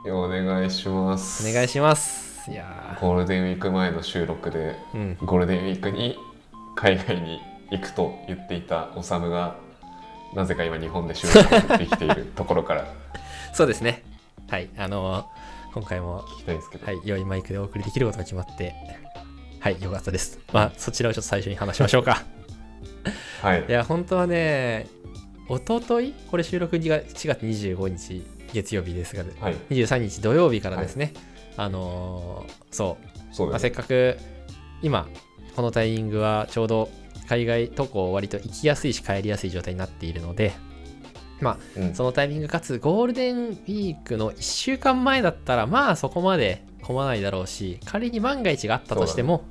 お願いします。 お願いします。いやゴールデンウィーク前の収録で、ゴールデンウィークに海外に行くと言っていたおさむがなぜか今日本で収録できているところからそうですね。はい、今回も聞きたいんですけど、 はい、良いマイクでお送りできることが決まって、はい、よかったです。まあそちらをちょっと最初に話しましょうか。 はい。 いや本当はね、一昨日これ収録が4月25日月曜日ですが、 はい、 23日土曜日からですね、はい、そう、まあ、せっかく今このタイミングはちょうど海外渡航割と行きやすいし帰りやすい状態になっているので、まあ、そのタイミングかつゴールデンウィークの1週間前だったらまあそこまで混まないだろうし、仮に万が一があったとしても、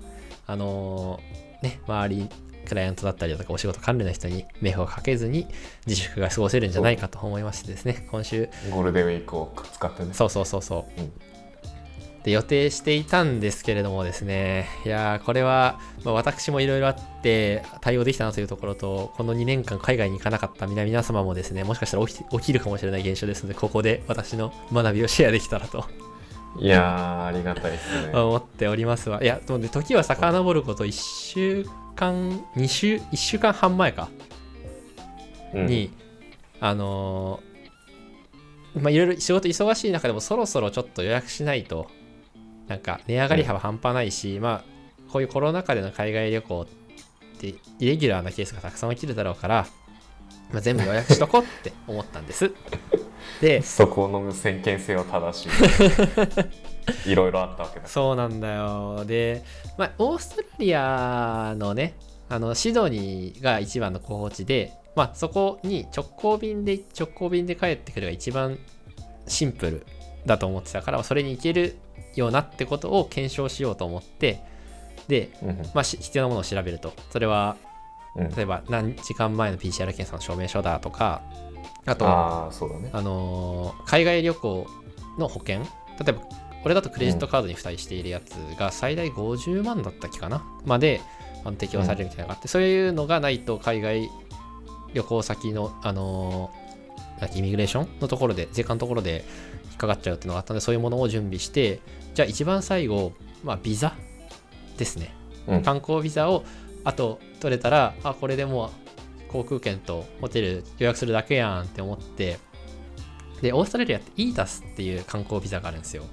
周りクライアントだったりだとかお仕事関連の人に迷惑をかけずに自粛が過ごせるんじゃないかと思いましてですね、今週ゴールデンウィークを使ってね、 そう、で予定していたんですけれどもですね、いやこれは、私もいろいろあって対応できたなというところと、この2年間海外に行かなかった皆様もですね、もしかしたら起きるかもしれない現象ですので、ここで私の学びをシェアできたらといやーありがたいですね思っておりますわ。いやで時は遡ること1週間半前かに、いろいろ仕事忙しい中でもそろそろちょっと予約しないとなんか値上がり幅半端ないし、こういうコロナ禍での海外旅行ってイレギュラーなケースがたくさん起きるだろうから、全部予約しとこうって思ったんです。でそこの先見性は正しいいろいろあったわけだ。 そうなんだよ。で、オーストラリアのね、シドニーが一番の候補地で、そこに直行便で帰ってくるが一番シンプルだと思ってたから、それに行けるようなってことを検証しようと思って、で、必要なものを調べると、それは例えば何時間前の PCR 検査の証明書だとか、あとそうだね、 海外旅行の保険、例えばこれだとクレジットカードに付帯しているやつが最大50万だったっけかなまで適用されるみたいなのがあって、そういうのがないと海外旅行先のイミグレーションのところで税関のところで引っかかっちゃうっていうのがあったので、そういうものを準備して、じゃあ一番最後ビザですね、観光ビザをあと取れたら、これでもう航空券とホテル予約するだけやんって思って、でオーストラリアってイータスっていう観光ビザがあるんですよ。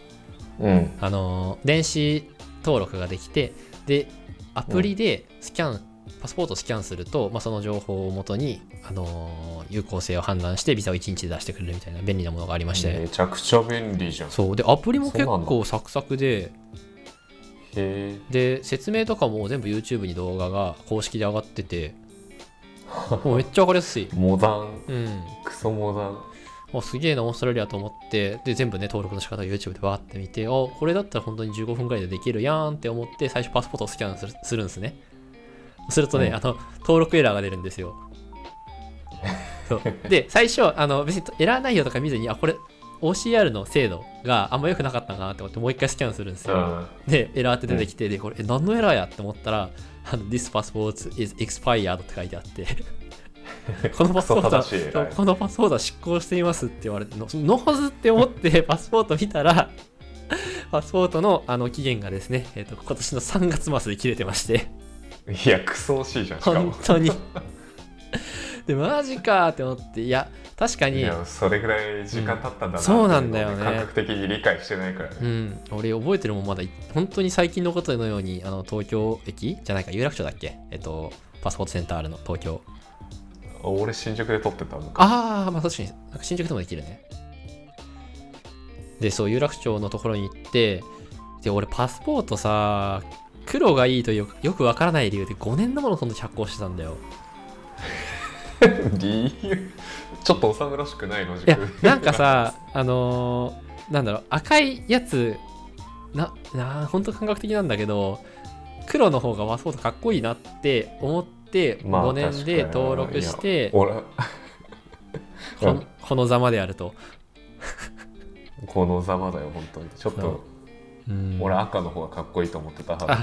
電子登録ができて、でアプリでパスポートをスキャンすると、その情報をもとに、有効性を判断してビザを1日で出してくれるみたいな便利なものがありまして、 めちゃくちゃ便利じゃん。 そうでアプリも結構サクサクで、で説明とかも全部 YouTube に動画が公式で上がっててもうめっちゃ分かりやすいモダン、クソモダン、 すげえなオーストラリアと思って、で全部ね登録の仕方を YouTube でバーって見て、これだったら本当に15分ぐらいでできるやんって思って、最初パスポートをスキャンするんですね。するとね、登録エラーが出るんですよ。そうで最初別にエラー内容とか見ずに、これ OCR の精度があんま良くなかったなって思ってもう一回スキャンするんですよ。でエラーって出てきて、でこれ何のエラーやって思ったらThis passport is expired って書いてあってこのパスポートは失効していますって言われて、のはずって思ってパスポート見たらパスポートの期限がですね、今年の3月末で切れてまして、 いやクソ惜しいじゃん。 本当にでマジかって思って、いや確かにそれぐらい時間経ったんだな、 そうなんだよね、 感覚的に理解してないからね。 俺覚えてるもん、まだ本当に最近のことのように東京駅じゃないか有楽町だっけ、パスポートセンターあるの東京。 俺新宿で撮ってたのか。確かに新宿でもできるね。でそう有楽町のところに行って、で俺パスポートさ黒がいいとよくわからない理由で5年のものその時発行してたんだよ。 理由ちょっとおさむらしくないロジック。 いやなんかさなんだろう、赤いやつ本当感覚的なんだけど、黒の方がパスポートかっこいいなって思って5年で登録して、このざまであるとこのざまだよ本当に。ちょっと俺赤の方がかっこいいと思ってたはずから、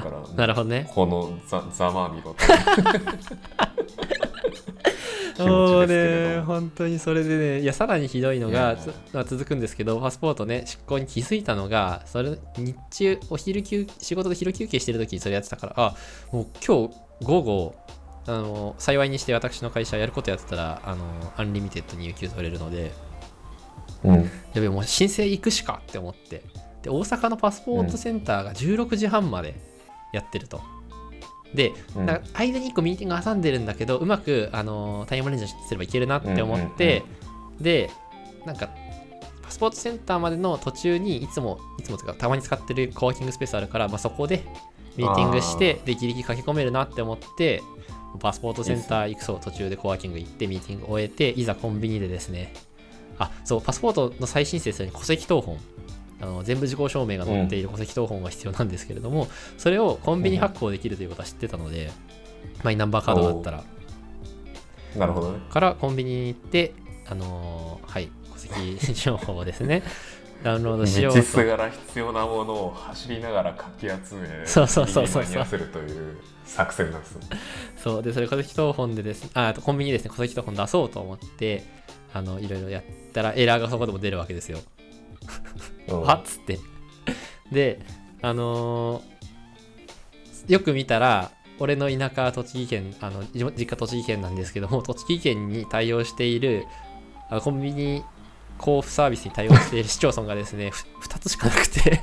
なるほどね、 このざま見ろとちですけれども。 本当にそれでね、いや、さらにひどいのがい続くんですけど、パスポートね、執行に気づいたのが、それ、日中、仕事で昼休憩してる時にそれやってたから、あ、もう今日午後、幸いにして私の会社やることやってたら、アンリミテッドに有給取れるので、 うん、 やべえ、もう申請行くしかって思って。で、大阪のパスポートセンターが16時半までやってると。で、だから間に1個ミーティング挟んでるんだけど、うまく、タイムレンジすればいけるなって思って、で、なんか、パスポートセンターまでの途中にいつもというか、たまに使ってるコワーキングスペースあるから、まあ、そこでミーティングして、で、ギリギリ駆け込めるなって思って、パスポートセンター行くそう、途中でコワーキング行って、ミーティング終えて、いざコンビニでですね、そう、パスポートの再申請するに戸籍謄本、全部受講証明が載っている戸籍謄本が必要なんですけれども、それをコンビニ発行できるということは知ってたので、マイナンバーカードがあったら、 なるほどね。 からコンビニに行って、はい、戸籍情報をですね、ダウンロードしようと。 道すがら必要なものを走りながらかき集め、 そう間に合わせるという作戦なんです。 そうで、それ戸籍謄本でですね、あとコンビニですね、戸籍謄本出そうと思って、いろいろやったらエラーがそこでも出るわけですよ。はっつって。で、よく見たら、俺の田舎栃木県、実家栃木県なんですけども、栃木県に対応しているコンビニ交付サービスに対応している市町村がですね、2つしかなくて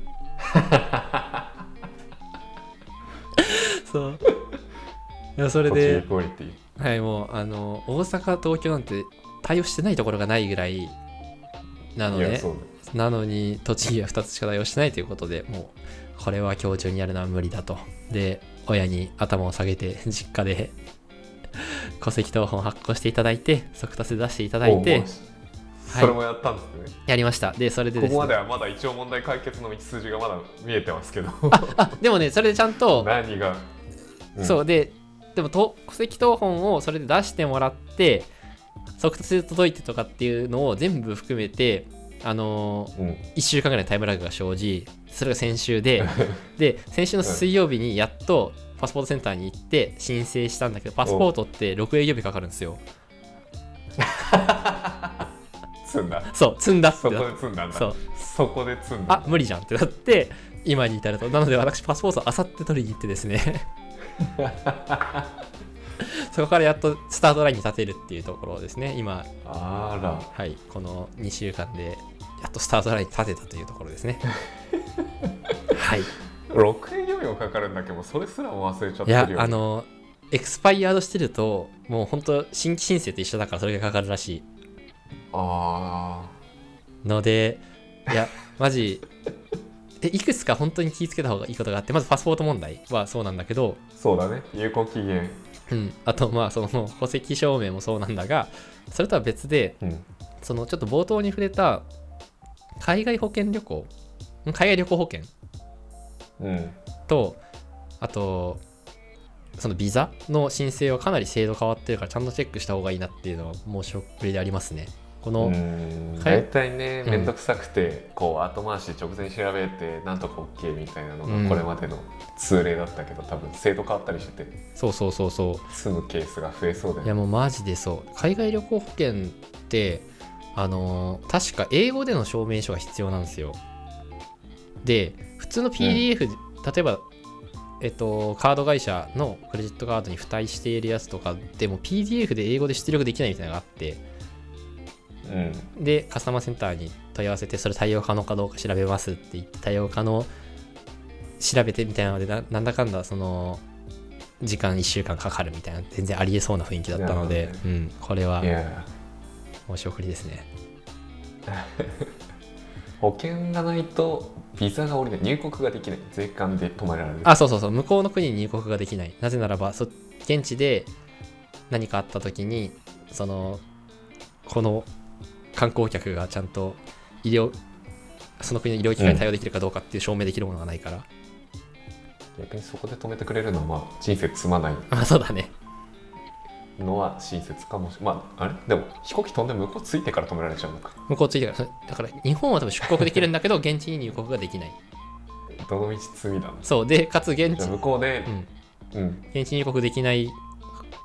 そういや、それで、はい、もう大阪東京なんて対応してないところがないぐらいなので、なのに栃木は2つしか対応してないということで、もうこれは今日中にやるのは無理だと。で、親に頭を下げて実家で戸籍謄本発行していただいて、速達で出していただいて、 それもやったんですね。 やりました。で、それでですね、 ここまではまだ一応問題解決の道筋がまだ見えてますけどでもね、それでちゃんと何が、 そうでも戸籍謄本をそれで出してもらって、速達で届いてとかっていうのを全部含めて、1週間ぐらいのタイムラグが生じ、それが先週でで、先週の水曜日にやっとパスポートセンターに行って申請したんだけど、パスポートって6営業日かかるんですよ。 積んだ。 そう、積んだってそこで積んだんだ。そこで積んだ。 無理じゃんってなって、今に至ると。なので私、パスポートをあさって取りに行ってですねそこからやっとスタートラインに立てるっていうところですね、今。はい、この2週間でやっとスタートラインに立てたというところですね。はい。 6営業日もかかるんだけど、それすらも忘れちゃってるよ、ね。 いや、エクスパイアードしてると、もう本当新規申請と一緒だからそれがかかるらしい。ので、いや、マジ、いくつか本当に気をつけた方がいいことがあって、まずパスポート問題はそうなんだけど、 そうだね、有効期限。 あと、その戸籍証明もそうなんだが、それとは別で、そのちょっと冒頭に触れた海外旅行保険、と、あと、そのビザの申請はかなり制度変わってるから、ちゃんとチェックした方がいいなっていうのは申し送りでありますね。この大体ね、めんどくさくて、こう後回し直前調べてなんとか OK みたいなのがこれまでの通例だったけど、多分制度変わったりしてて、 そう済むケースが増えそうだよね。 いや、もうマジでそう。海外旅行保険って確か英語での証明書が必要なんですよ。で、普通の PDF、例えばカード会社のクレジットカードに付帯しているやつとかでも PDF で英語で出力できないみたいなのがあって、でカスタマーセンターに問い合わせて、それ対応可能かどうか調べますって言って、対応可能調べてみたいなので、なんだかんだその時間1週間かかるみたいな、全然ありえそうな雰囲気だったので、これは申し送りですね。 保険がないとビザが下りない、入国ができない、税関で止められる。 そう、向こうの国に入国ができない。なぜならば現地で何かあった時に、この観光客がちゃんとその国の医療機関に対応できるかどうかっていう証明できるものがないから、 逆にそこで止めてくれるのは人生積まないそうだねのは親切かもしれない。あれでも飛行機飛んで向こう着いてから止められちゃうのか。 向こう着いてからだから日本は多分出国できるんだけど現地に入国ができない。 どの道罪だな。 そうで、かつ現地向こうで、 現地入国できない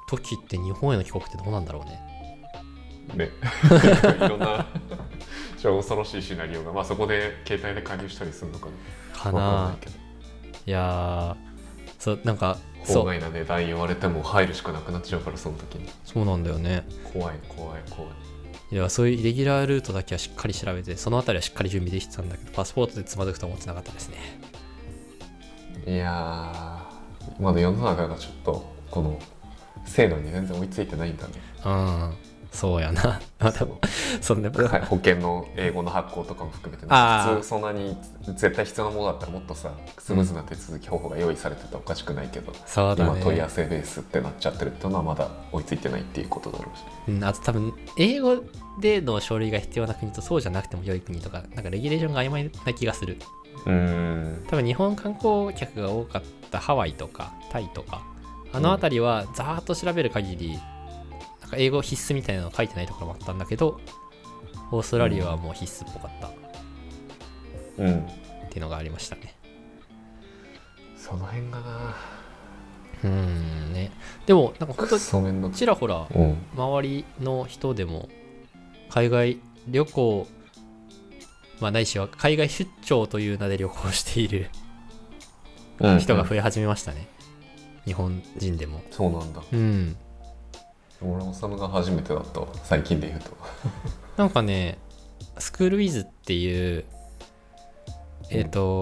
時って日本への帰国ってどうなんだろうね。 ねいろんな超恐ろしいシナリオが、まあそこで携帯で加入したりするのかな。 かわかんなな。 いけど、 いやー、そうなんか法外な値段言われても入るしかなくなっちゃうから、その時に。 そうなんだよね。 怖い怖い怖い。 いや、そういうイレギュラールートだけはしっかり調べて、そのあたりはしっかり準備できてたんだけど、パスポートでつまずくとは思ってなかったですね。 いやー、まだ世の中がちょっとこの制度に全然追いついてないんだね。 うん、そうやな。まあでも、そんな、 はい、保険の英語の発行とかも含めて、ね、普通そんなに絶対必要なものだったらもっとさスムーズな手続き方法が用意されてたらおかしくないけど、 そうだね、 今問い合わせベースってなっちゃってるっていうのはまだ追いついてないっていうことだろうし、 うん、あと多分英語での書類が必要な国とそうじゃなくても良い国とか、なんかレギュレーションが曖昧な気がする。多分日本観光客が多かったハワイとかタイとかあの辺りはざーっと調べる限り、なんか英語必須みたいなの書いてないところもあったんだけど、オーストラリアはもう必須っぽかった、っていうのがありましたね。 その辺がなね。でもなんか本当ちらほら周りの人でも海外旅行、まあないしは海外出張という名で旅行している人が増え始めましたね、日本人でも。 そうなんだ。俺おさむが初めてだったわ、最近で言うとなんかね、スクールウィズっていうス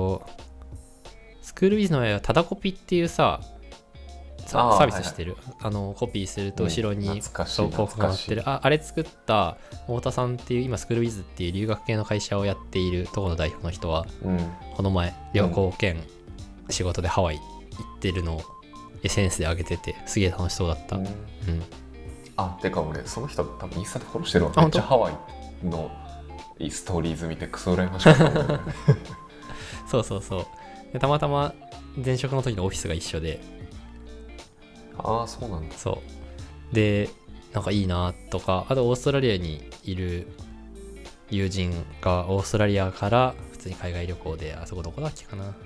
クールウィズの場合はタダコピっていうサービスしてる、コピーすると後ろに広告が載ってる、あれ作った太田さんっていう、今スクールウィズっていう留学系の会社をやっているところの代表の人は、この前旅行兼仕事でハワイ行ってるのを SNS で上げてて、すげえ楽しそうだった。 てか俺その人多分インスタでフォローしてるわ。めっちゃハワイのストーリーズ見てクソ羨ましかったもんねそうでたまたま前職の時のオフィスが一緒で、 そうなんだ。 そうで、なんかいいなとか、あとオーストラリアにいる友人がオーストラリアから普通に海外旅行で、あそこどこだっけかな、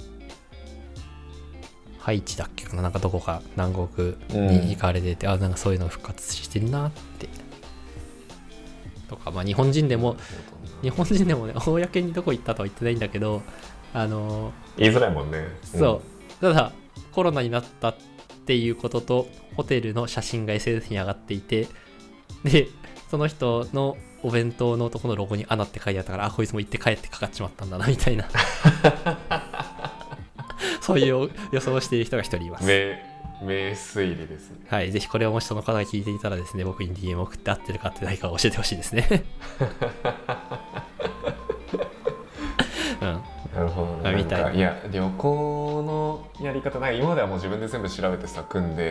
ハイチだっけかな、なんかどこか南国に行かれてて、なんかそういうの復活してるなってとか、まあ日本人でもね、公にどこ行ったとは言ってないんだけど、 言いづらいもんね。 そうただコロナになったっていうことと、ホテルの写真が SNS に上がっていて、でその人のお弁当のとこのロゴにアナって書いてあったから、こいつも行って帰ってかかっちまったんだなみたいなそういう予想をしている人が一人います。 名推理ですね。 はい、ぜひこれをもしその方が聞いていたらですね、僕に DM 送って合ってるか合ってないかを教えてほしいですねなるほどね。みたいな。いや、旅行のやり方、今まではもう自分で全部調べてさ組んで、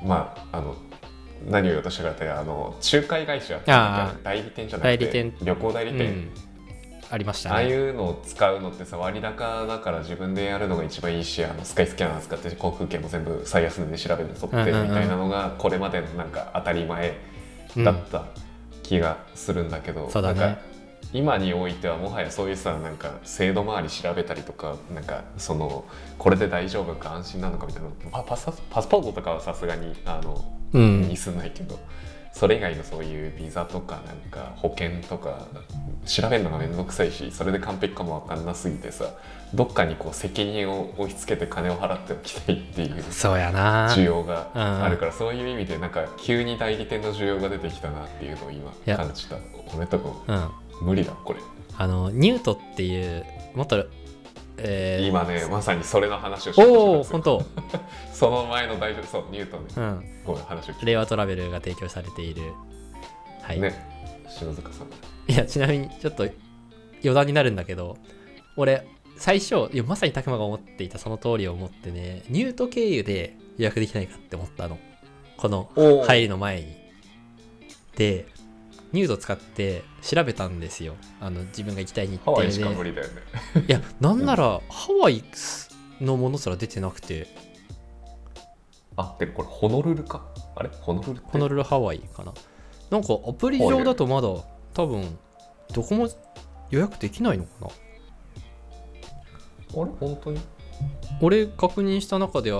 何を言おうとしたかって、仲介会社って代理店じゃなくて旅行代理店、 ありましたね。 ああいうのを使うのってさ、割高だから自分でやるのが一番いいし、スカイスキャナー使って航空券も全部最安値で調べて取ってみたいなのがこれまでのなんか当たり前だった気がするんだけど、 そうだね、 なんか今においてはもはやそういうさ、なんか制度周り調べたりとか、なんかこれで大丈夫か安心なのかみたいな、パスポートとかはさすがにミスないけど、それ以外のそういうビザとかなんか保険とか調べるのがめんどくさいし、それで完璧かも分かんなすぎてさ、どっかにこう責任を押し付けて金を払っておきたいっていう需要があるから、そういう意味でなんか急に代理店の需要が出てきたなっていうのを今感じた。俺とか無理だこれ。 ニュートっていうもっと今ねまさにそれの話をしてました。 おお本当その前の大丈夫、そうニュートね、ごめん話を聞いて、 令和トラベルが提供されている、はいね、 篠塚さん。 いやちなみにちょっと余談になるんだけど、俺最初まさに拓磨が思っていたその通りを思ってね、ニュート経由で予約できないかって思ったの、この入りの前に。でニュート使って調べたんですよ、自分が行きたい日程で。 ハワイしか無理だよねいやなんならハワイのものすら出てなくて、 でこれホノルルか、あれホノルルってホノルルハワイかな、なんかアプリ上だとまだ多分どこも予約できないのかな。 あれ本当に？ 俺確認した中では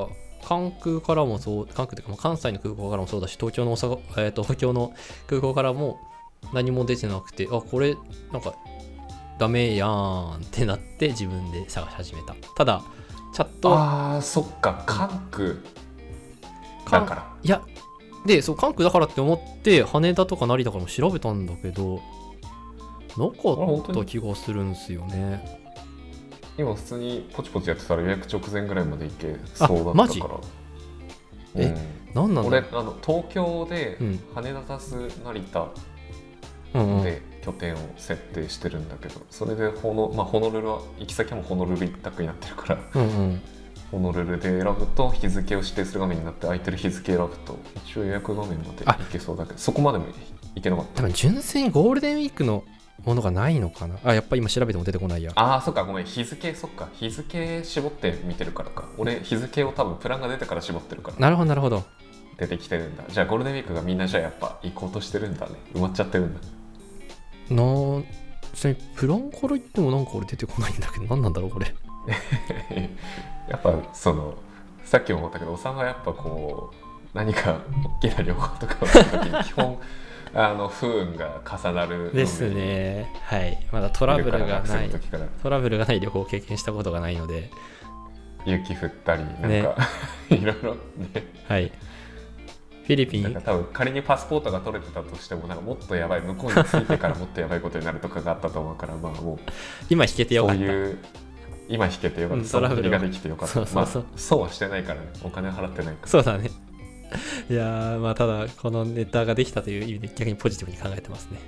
関空からもそう、関空というか関西の空港からもそうだし、東京の東京の空港からも何も出てなくて、あ、これなんかダメやんってなって自分で探し始めた。ただチャット、 ああそっか、関空だから、 いやで、そう関空だからって思って羽田とか成田からも調べたんだけどなかった気がするんですよね。 今普通にポチポチやってたら予約直前ぐらいまで行けそうだったから。 マジ？なんなんだ。 俺東京で羽田タス成田で拠点を設定してるんだけど、それでホノルルは行き先もホノルル一択になってるから、ホノルルで選ぶと日付を指定する画面になって、空いてる日付選ぶと一応予約画面まで行けそうだけど、そこまでも行けなかった。 多分純粋にゴールデンウィークのものがないのかな。あ、やっぱ今調べても出てこないや。 ああそっか、ごめん、日付絞って見てるからか。俺日付を多分プランが出てから絞ってるから。 なるほどなるほど。 出てきてるんだ。じゃあゴールデンウィークがみんなじゃあやっぱ行こうとしてるんだね。埋まっちゃってるんだ。ちなみにプランから言ってもなんか俺出てこないんだけど、何なんだろうこれ。 やっぱさっきも思ったけど、おさんはやっぱこう何か大きな旅行とかをするときに基本不運が重なるですね。はい。まだトラブルがない旅行を経験したことがないので、 雪降ったりなんか、ね、いろいろね。はい。 フィリピンなんか多分仮にパスポートが取れてたとしても、なんかもっとやばい、向こうに着いてからもっとやばいことになるとかがあったと思うから、まあもう今引けてよかった。 今引けてよかった。トラブルができてよかった。まあ損はしてないからね。お金払ってないから。 そうだね。いやー、まあただこのネタができたという意味で逆にポジティブに考えてますね。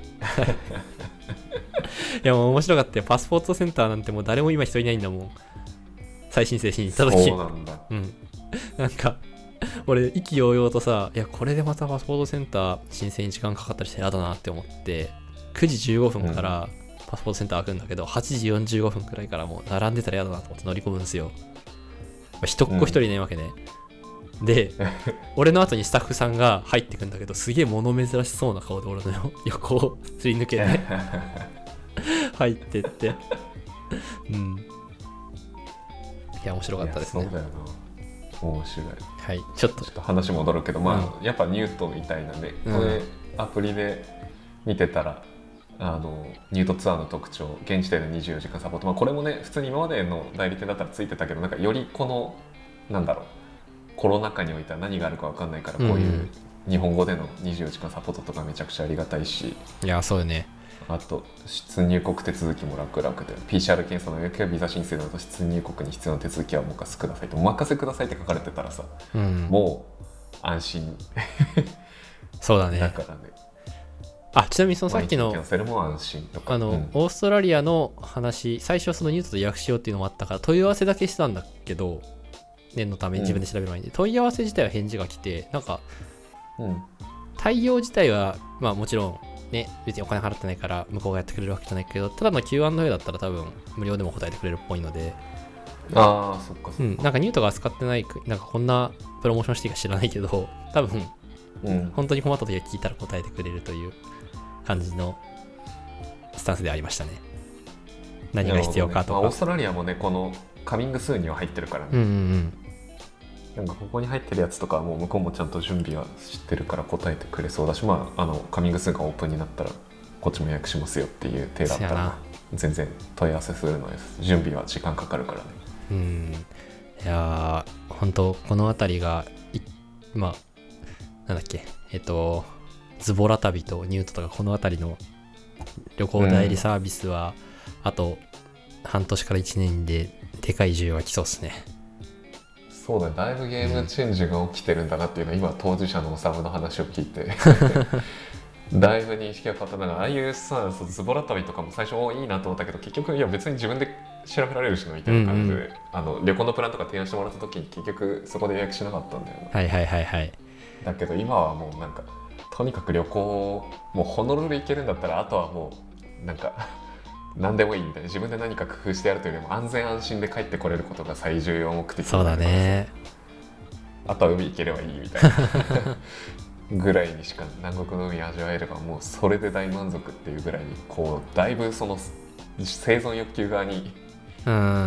いやもう面白かったよ。パスポートセンターなんてもう誰も今人いないんだもん。再申請しに行った時。 そうなんだ。 なんか俺意気揚々とさ、いやこれでまたパスポートセンター申請に時間かかったりしてやだなって思って、9時15分からパスポートセンター開くんだけど、8時45分くらいからもう並んでたらやだなと思って乗り込むんですよ。一っ子一人いないわけね。で俺の後にスタッフさんが入ってくんだけど、すげえ物珍しそうな顔で俺の横をすり抜けて入ってっていや面白かったですね。 そうだよな、面白い。 はい、ちょっと話戻るけど、やっぱニュートみたいなんで、これアプリで見てたらニュートツアーの特徴、現時点で24時間サポート、これもね普通に今までの代理店だったらついてたけど、なんかよりこのなんだろう、コロナ禍においては何があるか分かんないから、こういう日本語での24時間サポートとかめちゃくちゃありがたいし、 いやそうよね。 あと出入国手続きも楽々で、 PCR 検査の予約やビザ申請など出入国に必要な手続きはお任せくださいと、お任せくださいって書かれてたらさ、もう安心そうだね。 だからね。 ちなみにそのさっきのキャンセルも安心とか、 オーストラリアの話、最初そのニュートと予約しようっていうのもあったから問い合わせだけしてたんだけど、念のために自分で調べる前に、問い合わせ自体は返事が来て、なんか、対応自体はもちろんね、別にお金払ってないから向こうがやってくれるわけじゃないけど、ただの Q&A だったら多分無料でも答えてくれるっぽいので、 そっかそっか。 なんかニュートが扱ってない、なんかこんなプロモーションしていいか知らないけど、多分、本当に困った時は聞いたら答えてくれるという感じのスタンスでありましたね。何が必要かとか。 オーストラリアもね、このカミングスーンには入ってるからね。なんかここに入ってるやつとかはもう向こうもちゃんと準備は知ってるから答えてくれそうだし、カミングスーンがオープンになったらこっちも予約しますよっていう手だったら全然問い合わせするのです。準備は時間かかるからね。 いやー本当この辺りがなんだっけ、ズボラ旅とニュートとかこの辺りの旅行代理サービスは、あと半年から1年ででかい需要が来そうですね。 そうだね、だいぶゲームチェンジが起きてるんだなっていうのは、今当事者のおさむの話を聞いてだいぶ認識が変わった。なんかああいうさ、ズボラ旅とかも最初いいなと思ったけど、結局いや別に自分で調べられるしなみたいな感じで、旅行のプランとか提案してもらった時に結局そこで予約しなかったんだよね。だけど今はもうなんかとにかく旅行もうホノルル行けるんだったら、あとはもうなんか何でもいいみたいな、自分で何か工夫してやるというよりも安全安心で帰ってこれることが最重要目的。 そうだね。 あとは海行ければいいみたいなぐらいにしか、南国の海味わえればもうそれで大満足っていうぐらいに、こうだいぶその生存欲求側に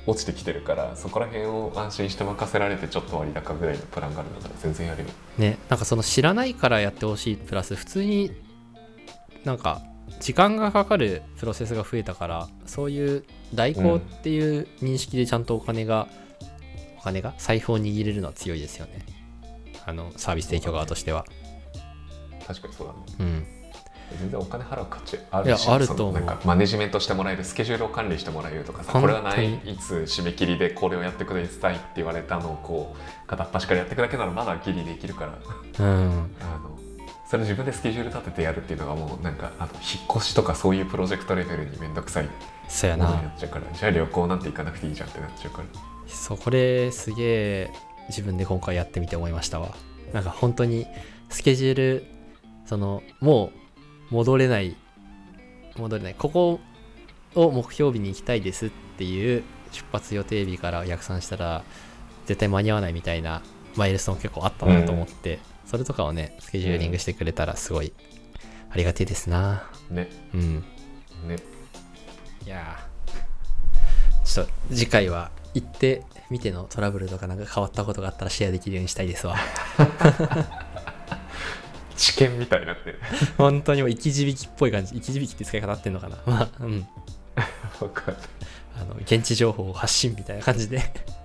落ちてきてるから、そこら辺を安心して任せられてちょっと割高ぐらいのプランがあるんだったら全然やるよね。なんかその知らないからやってほしいプラス、普通になんか時間がかかるプロセスが増えたから、そういう代行っていう認識でちゃんとお金が財布を握れるのは強いですよね、サービス提供側としては。 確かにそうだね。 うん、 全然お金払う価値あるし、 いやあると思う。 なんかマネジメントしてもらえる、スケジュールを管理してもらえるとかさ、これはないいつ締め切りでこれをやってくださいって言われたのをこう片っ端からやっていくだけならまだギリできるから、 うん、 それ自分でスケジュール立ててやるっていうのがもうなんか引っ越しとかそういうプロジェクトレベルにめんどくさいそうやものにな。 なっちゃうから、じゃあ旅行なんて行かなくていいじゃんってなっちゃうから。 そうこれすげえ自分で今回やってみて思いましたわ。なんか本当にスケジュールもう戻れないここを目標日に行きたいですっていう出発予定日から逆算したら絶対間に合わないみたいなマイルストーン結構あったなと思って、それとかをねスケジューリングしてくれたらすごいありがてえですな。 ね。 うんね。 いやちょっと次回は行ってみてのトラブルとかなんか変わったことがあったらシェアできるようにしたいですわ。 知見みたいになってる。 本当にもう生き字引っぽい感じ。生き字引って使い方合ってんのかな。まあうん分かる。 現地情報を発信みたいな感じで。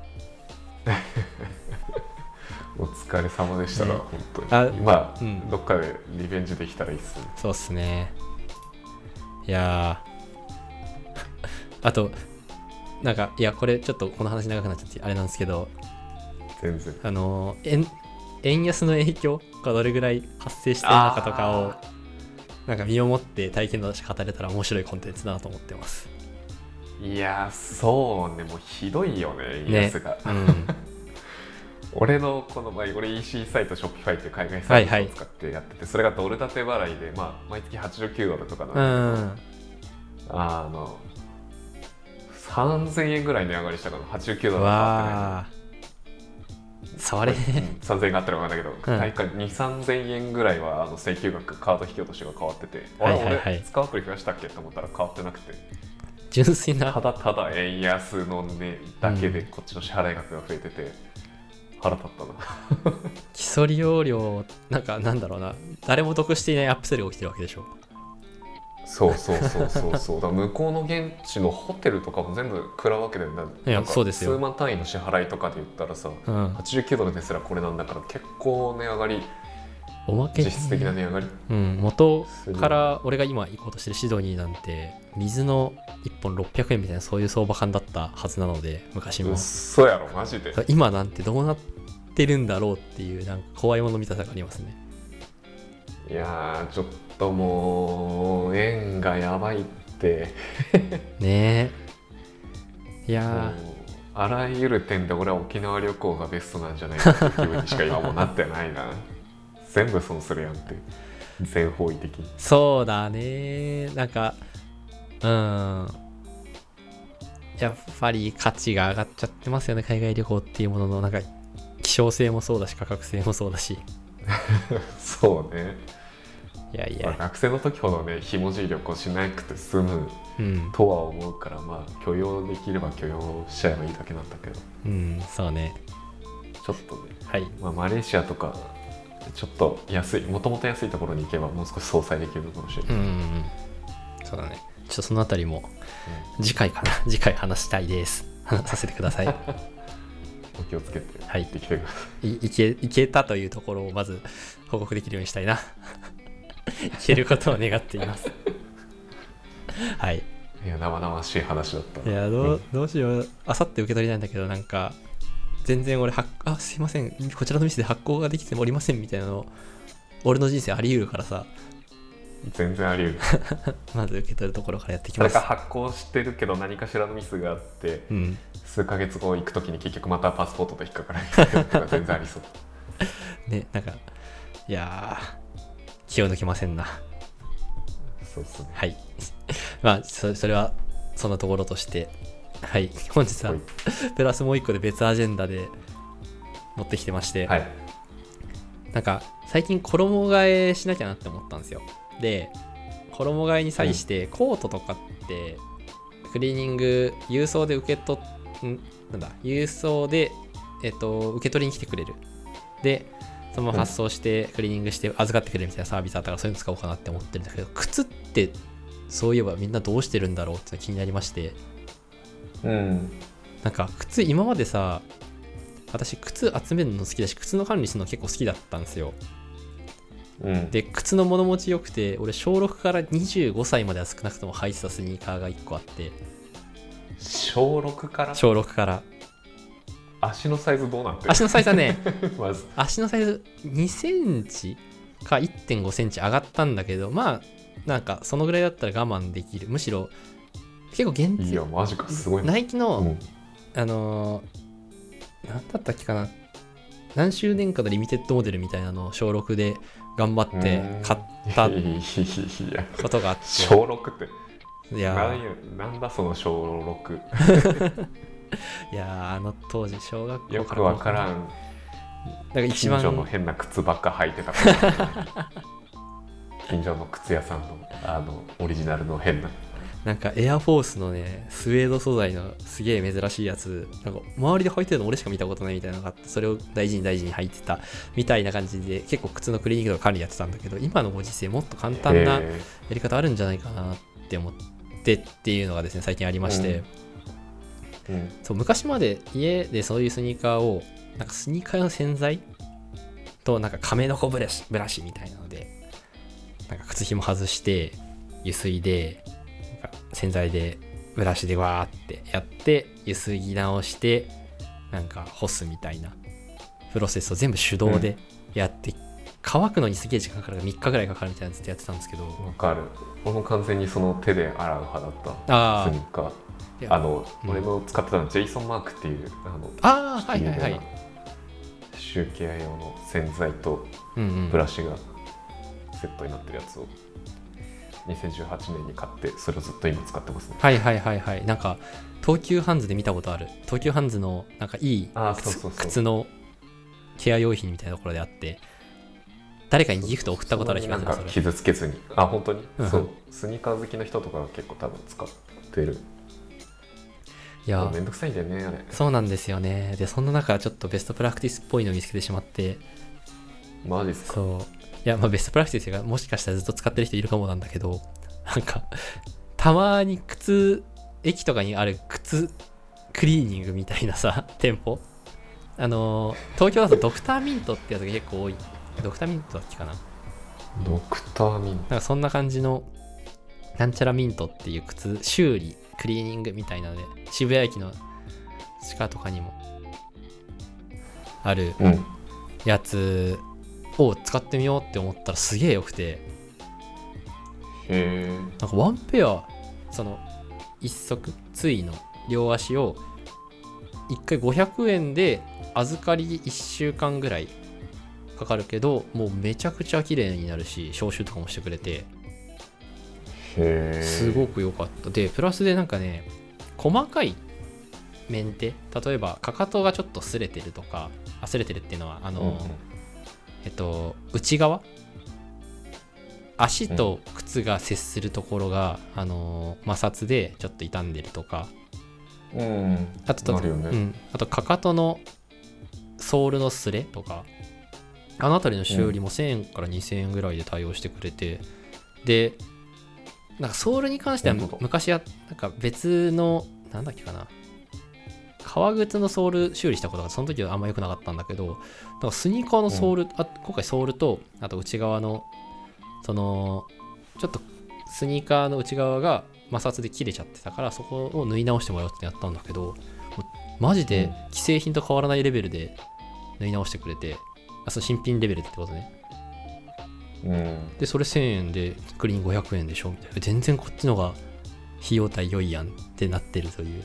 お疲れ様でしたな、 ね、 本当に。まあ、 うん、 どっかでリベンジできたらいいっすね。 そうっすね。いやあとなんかいやこれちょっとこの話長くなっちゃってあれなんですけど、 全然円安の影響がどれぐらい発生してるのかとかをなんか身をもって体験談として語れたら面白いコンテンツだなと思ってます。 いやそうね、もうひどいよね、円安が、ね、うん、俺のこの前、俺 EC サイト Shopify っていう海外サイトを使ってやってて、はいはい、それがドル建て払いで、まあ、毎月89ドルとかなんだけど、3000円ぐらい値上がりしたから89ドルは変わってない。 それ 3000円があったら分かんないけど、大体 2,3000 円ぐらいは請求額、カード引き落としが変わってて、俺使うアプリ増やしたっけと思ったら変わってなくて、 純粋なただただ円安のねだけでこっちの支払い額が増えてて腹立ったな。 基礎利用料なんだろうな、誰も得していないアップセルが起きてるわけでしょ。 そうだ向こうの現地のホテルとかも全部食らうわけだよね。 いやそうですよ。 数万単位の支払いとかで言ったらさ、89ドルですらこれなんだから結構値上がり、 おまけ実質的な値上がり、 元から俺が今行こうとしてるシドニーなんて水の1本600円みたいなそういう相場感だったはずなので、昔も。 そうやろマジで。 今なんてどうなってるんだろうっていうなんか怖いもの見たさがありますね。 いやちょっともう円がやばいってねえ。いやあらゆる点で俺は沖縄旅行がベストなんじゃないかっていう気分にしか今もうなってないな。全部損するやんって、全方位的に。そうだね、なんかやっぱり価値が上がっちゃってますよね、海外旅行っていうものの。なんか希少性もそうだし価格性もそうだし。 そうね。 いやいや、 学生の時ほどねひもじい旅行しなくて済むとは思うから、まあ許容できれば許容しちゃえばいいだけなんだけど、 そうね。 ちょっとね、 はい、 マレーシアとかちょっともともと安いところに行けばもう少し相殺できるのかもしれない。 そうだね。ちょっとそのあたりも次回次回話したいです。話させてください。 お気をつけて行ってきてください。 いけたというところをまず報告できるようにしたいな。いけることを願っています。はい。 いや生々しい話だった。 いやどうしよう。あさって受け取りなんだけど、なんか全然俺すいませんこちらの店で発行ができておりませんみたいなの俺の人生あり得るからさ。 全然あり得る。 まず受け取るところからやってきます。 それか発行してるけど何かしらのミスがあって、数ヶ月後行くときに結局またパスポートと引っかからないとか全然ありそう。 ね、なんかいや気を抜けませんな。 そうっすね。 はい。まあそれはそんなところとして、はい、本日はプラスもう一個で別アジェンダで持ってきてまして、 はい、 なんか最近衣替えしなきゃなって思ったんですよ。で衣替えに際してコートとかってクリーニング郵送で受け取っなんだ郵送で、受け取りに来てくれる。でそのまま発送してクリーニングして預かってくれるみたいなサービスあったから、そういうの使おうかなって思ってるんだけど、靴ってそういえばみんなどうしてるんだろうって気になりまして、なんか靴今までさ、私靴集めるの好きだし靴の管理するの結構好きだったんですよ。で靴の物持ちよくて、俺小6から25歳までは少なくとも履いてたスニーカーが1個あって。 小6から？ 小6から。 足のサイズどうなってる？ 足のサイズはねまず足のサイズ2センチか 1.5 センチ上がったんだけど、まあなんかそのぐらいだったら我慢できる。むしろ結構限定。 いやマジか、すごいな。 ナイキの、なんだったっけかな、何周年かのリミテッドモデルみたいなのを小6で頑張って買ったことがあって。 小6っていやなんだその小6 いや当時小学校よくわからん。 だから一番近所の変な靴ばっか履いてたから近所の靴屋さんのオリジナルの変な、 なんかエアフォースのねスウェード素材のすげえ珍しいやつ、なんか周りで履いてるの俺しか見たことないみたいなのがあって、それを大事に履いてたみたいな感じで、結構靴のクリーニングとか管理やってたんだけど、今のご時世もっと簡単なやり方あるんじゃないかなって思ってっていうのがですね最近ありまして、そう昔まで家でそういうスニーカーをなんかスニーカーの洗剤となんか亀の子ブラシみたいなのでなんか靴ひも外してゆすいでなんか洗剤でブラシでわーってやってゆすぎ直してなんか干すみたいなプロセスを全部手動でやって、乾くのにすげえ時間かかるから3日ぐらいかかるみたいなずっとやってたんですけど。 わかる。俺も完全にその手で洗う派だったスニーカー。俺の使ってたのはジェイソンマークっていうシューケア用の洗剤とブラシがセットになってるやつを2018年に買って、それをずっと今使ってますね。 はいなんか東急ハンズで見たことある。東急ハンズのなんかいい靴のケア用品みたいなところであって、誰かにギフト送ったことある気がする。 なんか傷つけずに。あ、本当に、そうスニーカー好きの人とかが結構多分使ってる。いやめんどくさいんだよねあれ。 そうなんですよね。でそんな中ちょっとベストプラクティスっぽいのを見つけてしまって。 マジっすか？ そういや、まあベストプラクティスがもしかしたらずっと使ってる人いるかもなんだけど、なんかたまに駅とかにある靴クリーニングみたいなさ店舗、東京だとドクターミントってやつが結構多い。ドクターミントだっけかな。 ドクターミント、 なんかそんな感じのなんちゃらミントっていう靴修理クリーニングみたいなので、渋谷駅の地下とかにもあるやつを使ってみようって思ったらすげえ良くて、なんかワンペアその一足対の両足を1回500円で預かり1週間ぐらいかかるけど、もうめちゃくちゃ綺麗になるし消臭とかもしてくれてすごく良かった。でプラスでなんかね、細かいメンテ、例えばかかとがちょっと擦れてるとか、擦れてるっていうのは内側足と靴が接するところが、摩擦でちょっと傷んでるとか、あとかかとのソールの擦れとか、あの辺りの修理も1000円から2000円ぐらいで対応してくれて、でなんかソールに関しては昔はなんか別のなんだっけかな、革靴のソール修理したことがその時はあんま良くなかったんだけど、なんかスニーカーのソール、今回ソールとあと内側のそのちょっとスニーカーの内側が摩擦で切れちゃってたから、そこを縫い直してもらうってやったんだけど、マジで既製品と変わらないレベルで縫い直してくれて、その新品レベルってことね。でそれ1000円でクリーン500円でしょみたいな、全然こっちのが費用対良いやんってなってるという。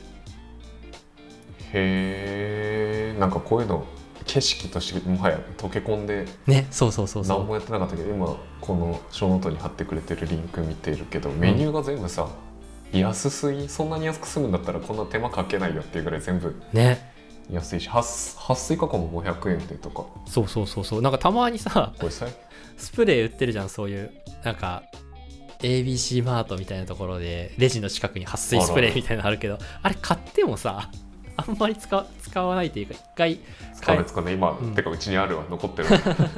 なんかこういうの景色としてもはや溶け込んでね、そう何もやってなかったけど、今このショーノートに貼ってくれてるリンク見てるけど、メニューが全部さ、安すぎ、そんなに安く済むんだったらこんな手間かけないよっていうぐらい全部ね安いし、撥水加工も500円でとか。 そうなんかたまにさスプレー売ってるじゃん、そういうなんか ABC マートみたいなところでレジの近くに撥水スプレーみたいなのあるけど、あれ買ってもさあんあんまり使わないというか、一回使うね今、てかうちにあるわ、残ってる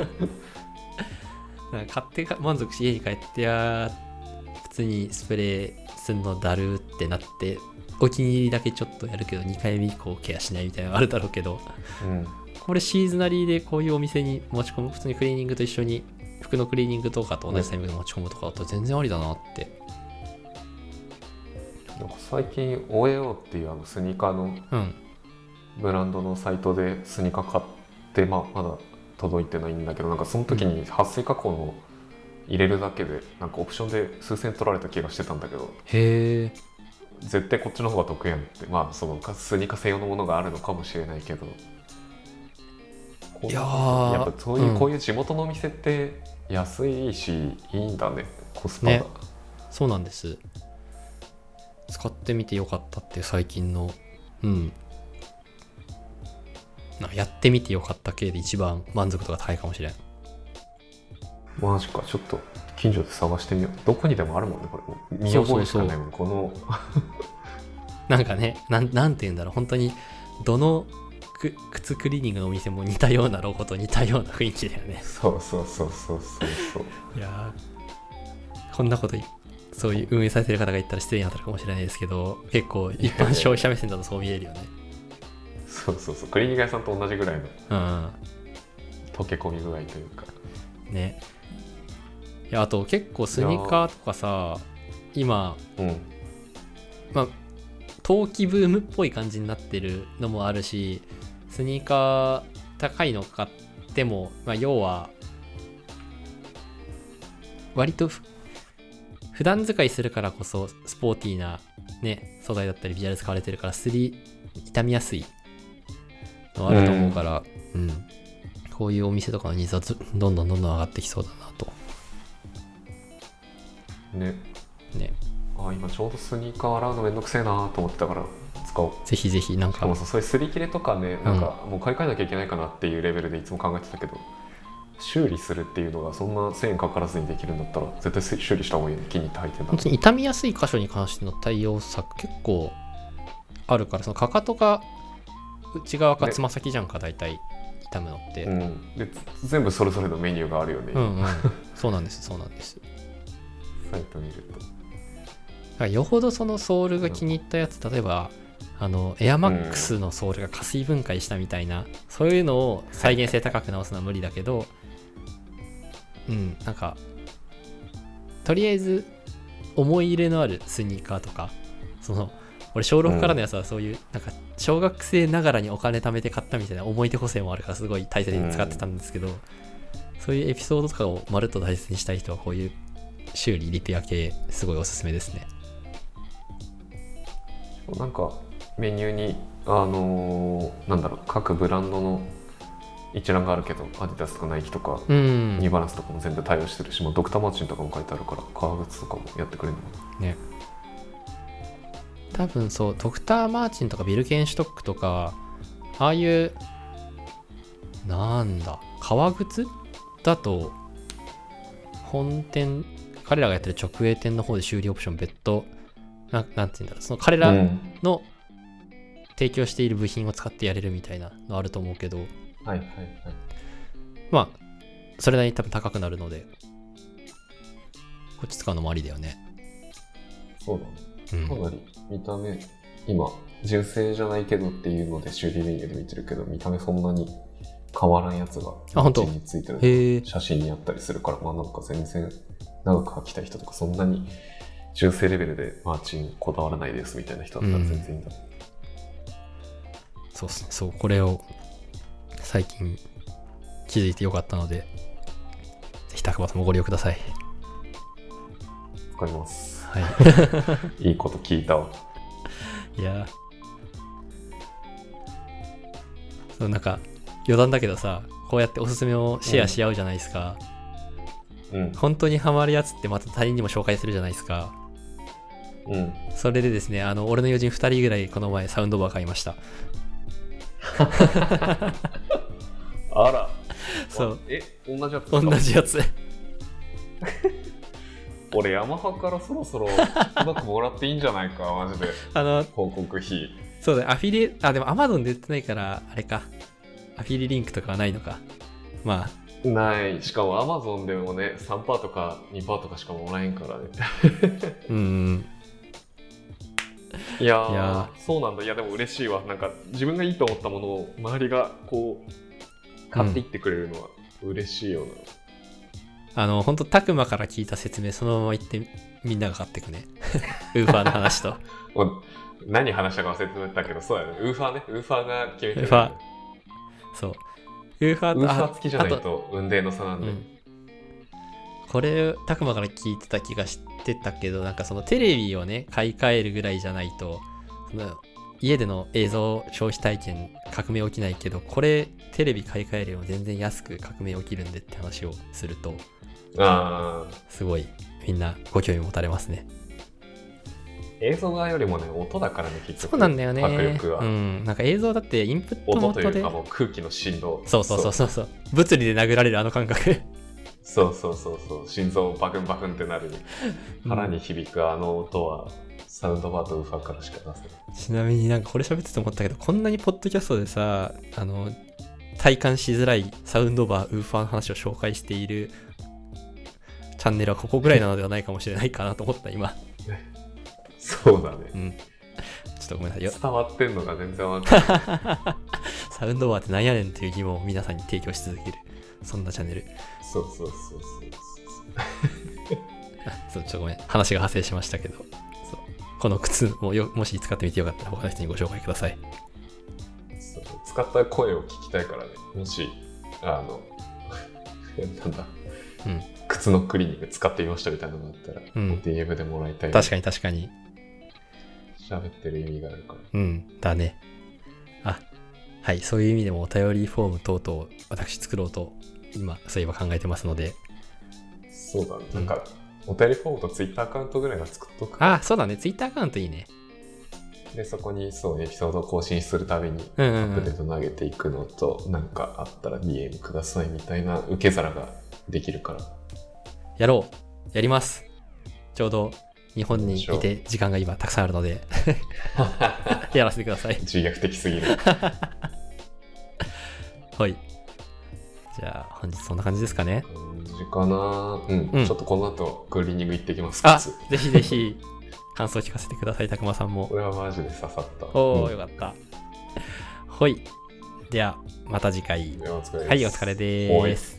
なんか買って満足し家に帰って普通にスプレーするのだるってなって、お気に入りだけちょっとやるけど2回目以降ケアしないみたいなのあるだろうけど、これシーズナリーでこういうお店に持ち込む、普通にクリーニングと一緒に服のクリーニングとかと同じタイミングで持ち込むとかだと全然ありだなって。 なんか最近 OAO っていうスニーカーのブランドのサイトでスニーカー買って、まだ届いてないんだけど、なんかその時に撥水加工の入れるだけでなんかオプションで数千取られた気がしてたんだけど、 へえ、 絶対こっちの方が得やんって。そのスニーカー専用のものがあるのかもしれないけど、 いややっぱそういうこういう地元のお店って安いしいいんだね、コスパが、ね、 そうなんです。使ってみてよかったって最近のやってみてよかった系で一番満足度が高いかもしれん。マジか、ちょっと近所で探してみよう。どこにでもあるもんねこれ、見覚えしかないもん。このなんかね、なんて言うんだろう、本当にどの靴クリーニングのお店も似たようなロゴと似たような雰囲気だよね。 そういやこんなことそういう運営されてる方が言ったら失礼に当たるかもしれないですけど、結構一般消費者目線だとそう見えるよね。 そうクリーニング屋さんと同じぐらいの溶け込み具合というかね。いや、あと結構スニーカーとかさ、今、冬季ブームっぽい感じになってるのもあるし、スニーカー高いの買っても、要は割と普段使いするからこそスポーティーな、ね、素材だったりビジュアル使われてるから傷みやすいのあると思うから、こういうお店とかのニーズはどんどん上がってきそうだなと。 ね。今ちょうどスニーカー洗うのめんどくせえなと思ってたから使おう。 ぜひぜひ。なんかそういう擦り切れとかね、なんかもう買い替えなきゃいけないかなっていうレベルでいつも考えてたけど、修理するっていうのがそんな1000円かからずにできるんだったら絶対修理した方がいいね。気に入って履いてんだ。 本当に傷みやすい箇所に関しての対応策結構あるから、そのかかとか内側かつま先じゃんか、大体傷むのって、 で全部それぞれのメニューがあるよね。 そうなんですサイト見ると。よほどそのソールが気に入ったやつ、例えばエアマックスのソールが加水分解したみたいな、そういうのを再現性高く直すのは無理だけど、なんかとりあえず思い入れのあるスニーカーとか、俺小6からのやつはそういうなんか小学生ながらにお金貯めて買ったみたいな思い出補正もあるからすごい大切に使ってたんですけど、そういうエピソードとかをまるっと大切にしたい人はこういう修理リペア系すごいおすすめですね。 なんかメニューに各ブランドの一覧があるけど、アディダスとかナイキとか、ニューバランスとかも全部対応してるし、ドクターマーチンとかも書いてあるから、革靴とかもやってくれるのね。多分そう、ドクターマーチンとかビルケンシュトックとか、ああいう革靴だと本店、彼らがやってる直営店の方で修理オプション別途なんて言うんだろう、その彼らの提供している部品を使ってやれるみたいなのあると思うけど、それなりに多分高くなるので、こっち使うのもありだよね。 そうだね。かなり見た目、今純正じゃないけどっていうので修理メニューで見てるけど、見た目そんなに変わらんやつが本当についてる写真にあったりするから、なんか全然長く履きたい人とか、そんなに純正レベルでマーチンこだわらないですみたいな人だったら全然いいんだ。 そうですね。そう、これを最近気づいてよかったので、ぜひタクバさんもご利用ください。 わかります。 はい。 いいこと聞いたわ。 いや、そうなんか余談だけどさ、こうやっておすすめをシェアし合うじゃないですか。本当にハマるやつってまた他人にも紹介するじゃないですか。それでですね、俺の友人2人ぐらいこの前サウンドバー買いました。 あら。 そう。 同じやつ？ 同じやつ。 俺ヤマハからそろそろうまくもらっていいんじゃないか、マジで。広告費。 そうだね、アフィリエ、でも Amazon で売ってないから、あれか。アフィリリンクとかはないのか。まあ。 ない。しかも Amazon でもね、3%とか2%とかしかもらえんからね。いやー、そうなんだ。いやでも嬉しいわ。なんか自分がいいと思ったものを周りがこう買っていってくれるのは嬉しいよな。 ほんとタクマから聞いた説明そのまま言ってみんなが買ってくね。ウーファーの話と。 何話したか忘れてたけど、そうやね。ウーファーね。ウーファーが決めてる、ね。 ウーファー。そう。ウーファー付きじゃないと運命の差なんで。 これタクマから聞いてた気がしてたけど、なんかそのテレビをね買い替えるぐらいじゃないとその家での映像消費体験革命起きないけど、これテレビ買い替えるよりも全然安く革命起きるんでって話をすると、すごいみんなご興味持たれますね。 映像側よりもね、音だからね、結局。 そうなんだよね。 迫力は。 なんか映像だってインプット元で。 音というかもう空気の振動。 そう。物理で殴られるあの感覚。 そう。心臓バクンバクンってなる。腹に響くあの音は、サウンドバーとウーファーからしか出せない。 ちなみになんかこれ喋ってて思ったけど、こんなにポッドキャストでさ、体感しづらいサウンドバー、ウーファーの話を紹介しているチャンネルはここぐらいなのではないかもしれないかなと思った今。 そうだね。 ちょっとごめんなさいよ。 伝わってんのが全然わかんない。 サウンドバーってなんやねんっていう疑問を皆さんに提供し続ける、そんなチャンネル。 そう。 ちょっとごめん、話が派生しましたけど、この靴ももし使ってみてよかったら他の人にご紹介ください。 使った声を聞きたいからね。もしなんだ、靴のクリーニング使ってみましたみたいなのがあったら、DM でもらいたい。 確かに喋ってる意味があるから。 だね。はい、そういう意味でもお便りフォーム等々私作ろうと今そういえば考えてますので。 そうだね。なんかお便りフォームと Twitter アカウントぐらいは作っとく。 そうだね。Twitter アカウントいいね。 でそこにエピソードを更新するたびにアップデート投げていくのと、なんかあったら DM くださいみたいな受け皿ができるから。 やります。ちょうど日本にいて時間が今たくさんあるのでやらせてください。 自虐的すぎる。 はい。じゃあ本日そんな感じですかね。 感じかな。ちょっとこの後クリーニング行ってきます。 ぜひ感想聞かせてください。たくまさんも。 これはマジで刺さった。 よかった。はい。ではまた次回。 お疲れです。 はい、お疲れです。